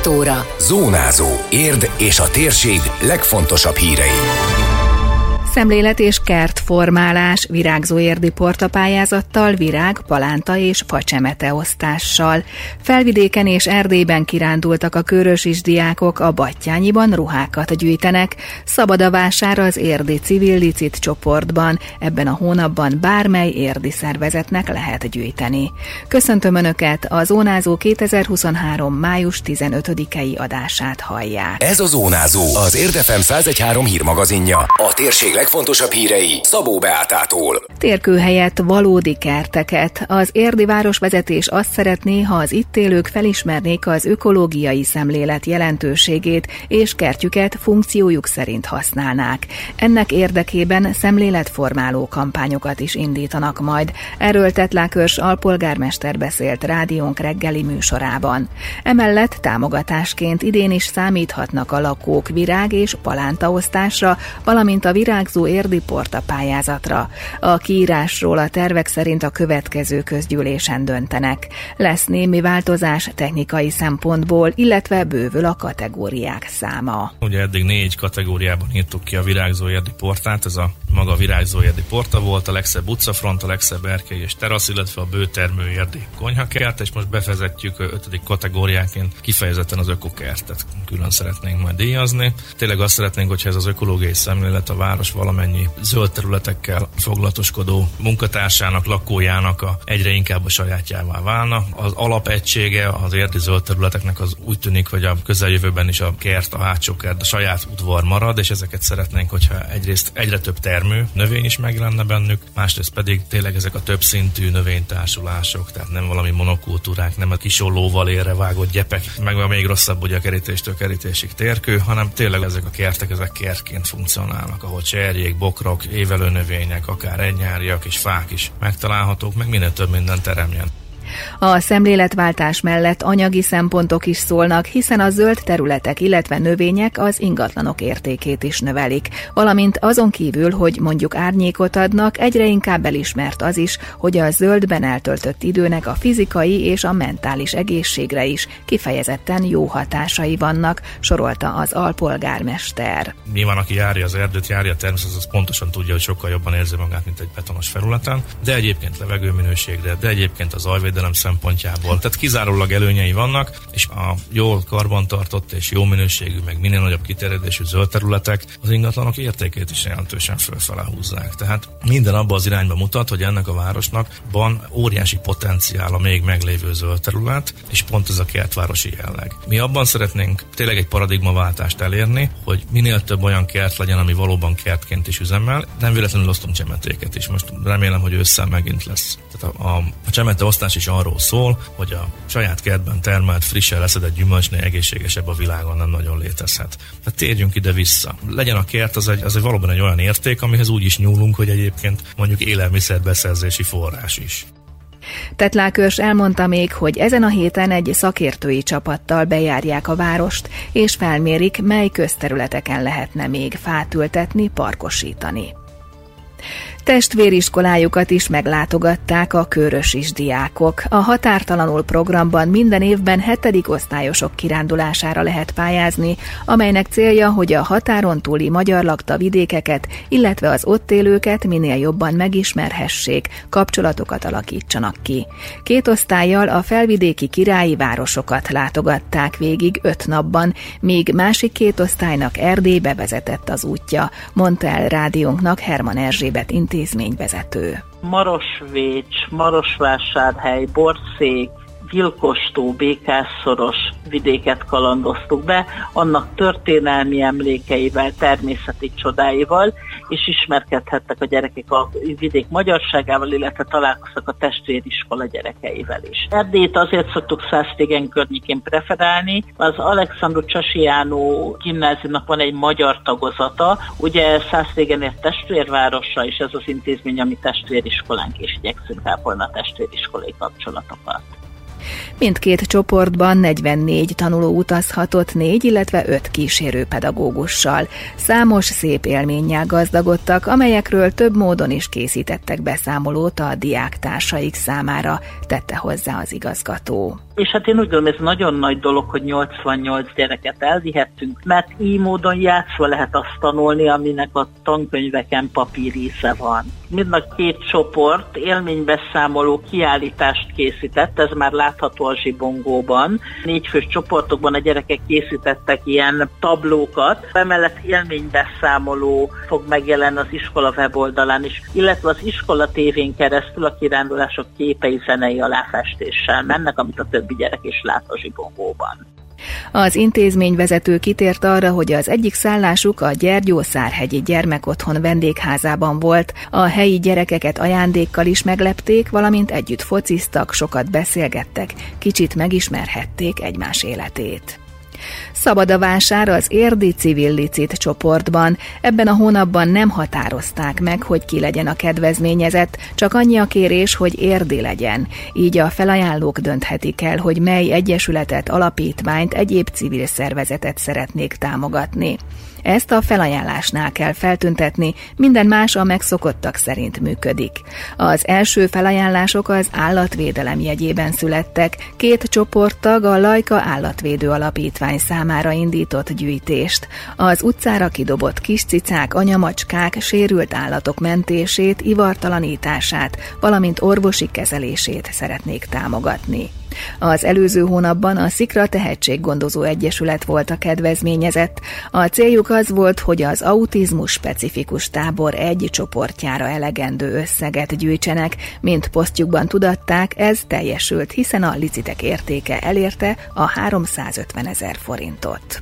7 óra. Zónázó. Érd és a térség legfontosabb hírei. Szemlélet és kertformálás, virágzó érdi portapályázattal, virág, palánta és facsemete osztással. Felvidéken és Erdélyben kirándultak a körösis diákok, a Battyányiban ruhákat gyűjtenek. Szabad a vásár az érdi civil licit csoportban. Ebben a hónapban bármely érdi szervezetnek lehet gyűjteni. Köszöntöm Önöket, a Zónázó 2023. május 15-i adását hallják. Ez a Zónázó, az Érd FM 101.3 hírmagazinja. A térség legfontosabb hírei Szabó Beátától. Térkő helyett valódi kerteket. Az érdi városvezetés azt szeretné, ha az itt élők felismernék az ökológiai szemlélet jelentőségét, és kertjüket funkciójuk szerint használnák. Ennek érdekében szemléletformáló kampányokat is indítanak majd. Erről Tetlákörs alpolgármester beszélt rádiónk reggeli műsorában. Emellett támogatásként idén is számíthatnak a lakók virág- és palántaosztásra, valamint a virágzó érdi portapályázatra. A kiírásról a tervek szerint a következő közgyűlésen döntenek. Lesz némi változás technikai szempontból, illetve bővül a kategóriák száma. Ugye eddig 4 kategóriában írtuk ki a virágzó érdi portát, ez a maga virágzó érdi porta volt, a legszebb utcafront, a legszebb erkély és terasz, illetve a bőtermő érdi konyhakert, és most befejezetjük 5. kategóriáként kifejezetten az ökokertet. Külön szeretnénk majd díjazni. Tényleg azt szeretnénk, hogyha ez az ökológiai szemlélet a város valamennyi zöld területekkel foglalatoskodó munkatársának, lakójának egyre inkább a sajátjává válna. Az alapegysége az érdi zöld területeknek az úgy tűnik, hogy a közeljövőben is a kert, a hátsó kert, a saját udvar marad, és ezeket szeretnénk, hogyha egyrészt egyre több termő növény is megjelenne bennük, másrészt pedig tényleg ezek a többszintű növénytársulások, tehát nem valami monokultúrák, nem a kisollóval élre vágott gyepek, meg a még rosszabb ugye a kerítéstől kerítésig térkő, hanem tényleg ezek a kertek, ezek kertként funkcionálnak, ahol cserjék, bokrok, évelőnövények, akár egynyáriak és fák is megtalálhatók, meg minél több minden teremjen. A szemléletváltás mellett anyagi szempontok is szólnak, hiszen a zöld területek, illetve növények az ingatlanok értékét is növelik. Valamint azon kívül, hogy mondjuk árnyékot adnak, egyre inkább elismert az is, hogy a zöldben eltöltött időnek a fizikai és a mentális egészségre is kifejezetten jó hatásai vannak, sorolta az alpolgármester. Nyilván, aki járja az erdőt, járja a természetet, az pontosan tudja, hogy sokkal jobban érzi magát, mint egy betonos felületen, de egyébként levegőminőségre, de egyébként az zajvédelem szempontjából. Tehát kizárólag előnyei vannak, és a jól karbantartott és jó minőségű, meg minél nagyobb kiterjedésű zöld területek az ingatlanok értékét is jelentősen fölfele húzzák. Tehát minden abba az irányba mutat, hogy ennek a városnak van óriási potenciál a még meglévő zöld terület, és pont ez a kertvárosi jelleg. Mi abban szeretnénk tényleg egy paradigmaváltást elérni, hogy minél több olyan kert legyen, ami valóban kertként is üzemel. Nem véletlenül osztunk csemetéket is. Most remélem, hogy ősszel megint lesz. Tehát a csemete osztás is arról szól, hogy a saját kertben termelt, frissen leszedett gyümölcsnél egészségesebb a világon nem nagyon létezhet. Tehát térjünk ide-vissza. Legyen a kert, az egy valóban egy olyan érték, amihez úgy is nyúlunk, hogy egyébként mondjuk élelmiszerbeszerzési forrás is. Tetlákörs elmondta még, hogy ezen a héten egy szakértői csapattal bejárják a várost, és felmérik, mely közterületeken lehetne még fát ültetni, parkosítani. Testvériskolájukat is meglátogatták a körösis diákok. A Határtalanul programban minden évben 7. osztályosok kirándulására lehet pályázni, amelynek célja, hogy a határon túli magyar lakta vidékeket, illetve az ott élőket minél jobban megismerhessék, kapcsolatokat alakítsanak ki. 2 osztállyal a felvidéki királyi városokat látogatták végig 5 napban, míg másik 2 osztálynak Erdélybe vezetett az útja, mondta el rádiónknak Herman Erzsébet intézményvezető. Marosvécs, Marosvásárhely, Borszék, Vilkostó, Békásszoros vidéket kalandoztuk be, annak történelmi emlékeivel, természeti csodáival, és ismerkedhettek a gyerekek a vidék magyarságával, illetve találkoztak a testvériskola gyerekeivel is. Erdélyt azért szoktuk Szásztégen környékén preferálni, az Alexandru Csasiánó gimnáziumnak van egy magyar tagozata, ugye Szásztégen testvérvárosra, és ez az intézmény, ami testvériskolánk, és igyekszünk ápolni a testvériskolai kapcsolatokat. Mindkét csoportban 44 tanuló utazhatott 4, illetve 5 kísérőpedagógussal. Számos szép élménnyel gazdagodtak, amelyekről több módon is készítettek beszámolót a diáktársaik számára, tette hozzá az igazgató. És hát én úgy gondolom, ez nagyon nagy dolog, hogy 88 gyereket elvihettünk, mert így módon játszva lehet azt tanulni, aminek a tankönyveken papíríze van. Mind a két csoport élménybeszámoló kiállítást készített, ez már látható a Zsibongóban. 4 fős csoportokban a gyerekek készítettek ilyen tablókat, emellett élménybeszámoló fog megjelenni az iskola weboldalán is, illetve az iskola tévén keresztül a kirándulások képei zenei aláfestéssel mennek, amit a többi gyerek is lát a Zsibongóban. Az intézményvezető kitért arra, hogy az egyik szállásuk a Gyergyószárhegyi Gyermekotthon vendégházában volt, a helyi gyerekeket ajándékkal is meglepték, valamint együtt fociztak, sokat beszélgettek, kicsit megismerhették egymás életét. Szabad a vásár az érdi civil licit csoportban. Ebben a hónapban nem határozták meg, hogy ki legyen a kedvezményezett, csak annyi a kérés, hogy érdi legyen. Így a felajánlók dönthetik el, hogy mely egyesületet, alapítványt, egyéb civil szervezetet szeretnék támogatni. Ezt a felajánlásnál kell feltüntetni, minden más a megszokottak szerint működik. Az első felajánlások az állatvédelem jegyében születtek. 2 csoporttag a Lajka Állatvédő Alapítvány számára indított gyűjtést. Az utcára kidobott kis cicák, anyamacskák, sérült állatok mentését, ivartalanítását, valamint orvosi kezelését szeretnék támogatni. Az előző hónapban a Szikra Tehetséggondozó Egyesület volt a kedvezményezett. A céljuk az volt, hogy az autizmus specifikus tábor egy csoportjára elegendő összeget gyűjtsenek. Mint posztjukban tudatták, ez teljesült, hiszen a licitek értéke elérte a 350 000 forintot.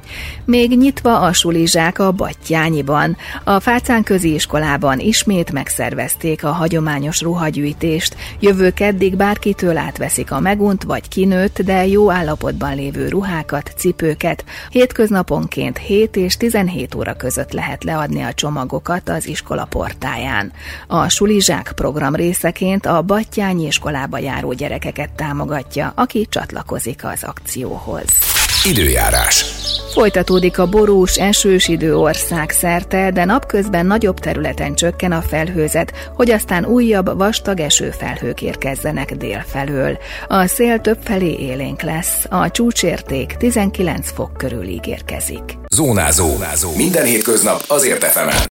Még nyitva a sulizsák a Battyányiban. A Fácán közéiskolában ismét megszervezték a hagyományos ruhagyűjtést. Jövő keddig bárkitől átveszik a megunt vagy kinőtt, de jó állapotban lévő ruhákat, cipőket. Hétköznaponként 7 és 17 óra között lehet leadni a csomagokat az iskola portáján. A sulizsák program részeként a Battyányi iskolába járó gyerekeket támogatja, aki csatlakozik az akcióhoz. Időjárás. Folytatódik a borús, esős idő országszerte, de napközben nagyobb területen csökken a felhőzet, hogy aztán újabb vastag esőfelhők érkezzenek délfelől. A szél többfelé élénk lesz, a csúcsérték 19 fok körül ígérkezik. Zónázó. Minden hétköznap azért FM-en.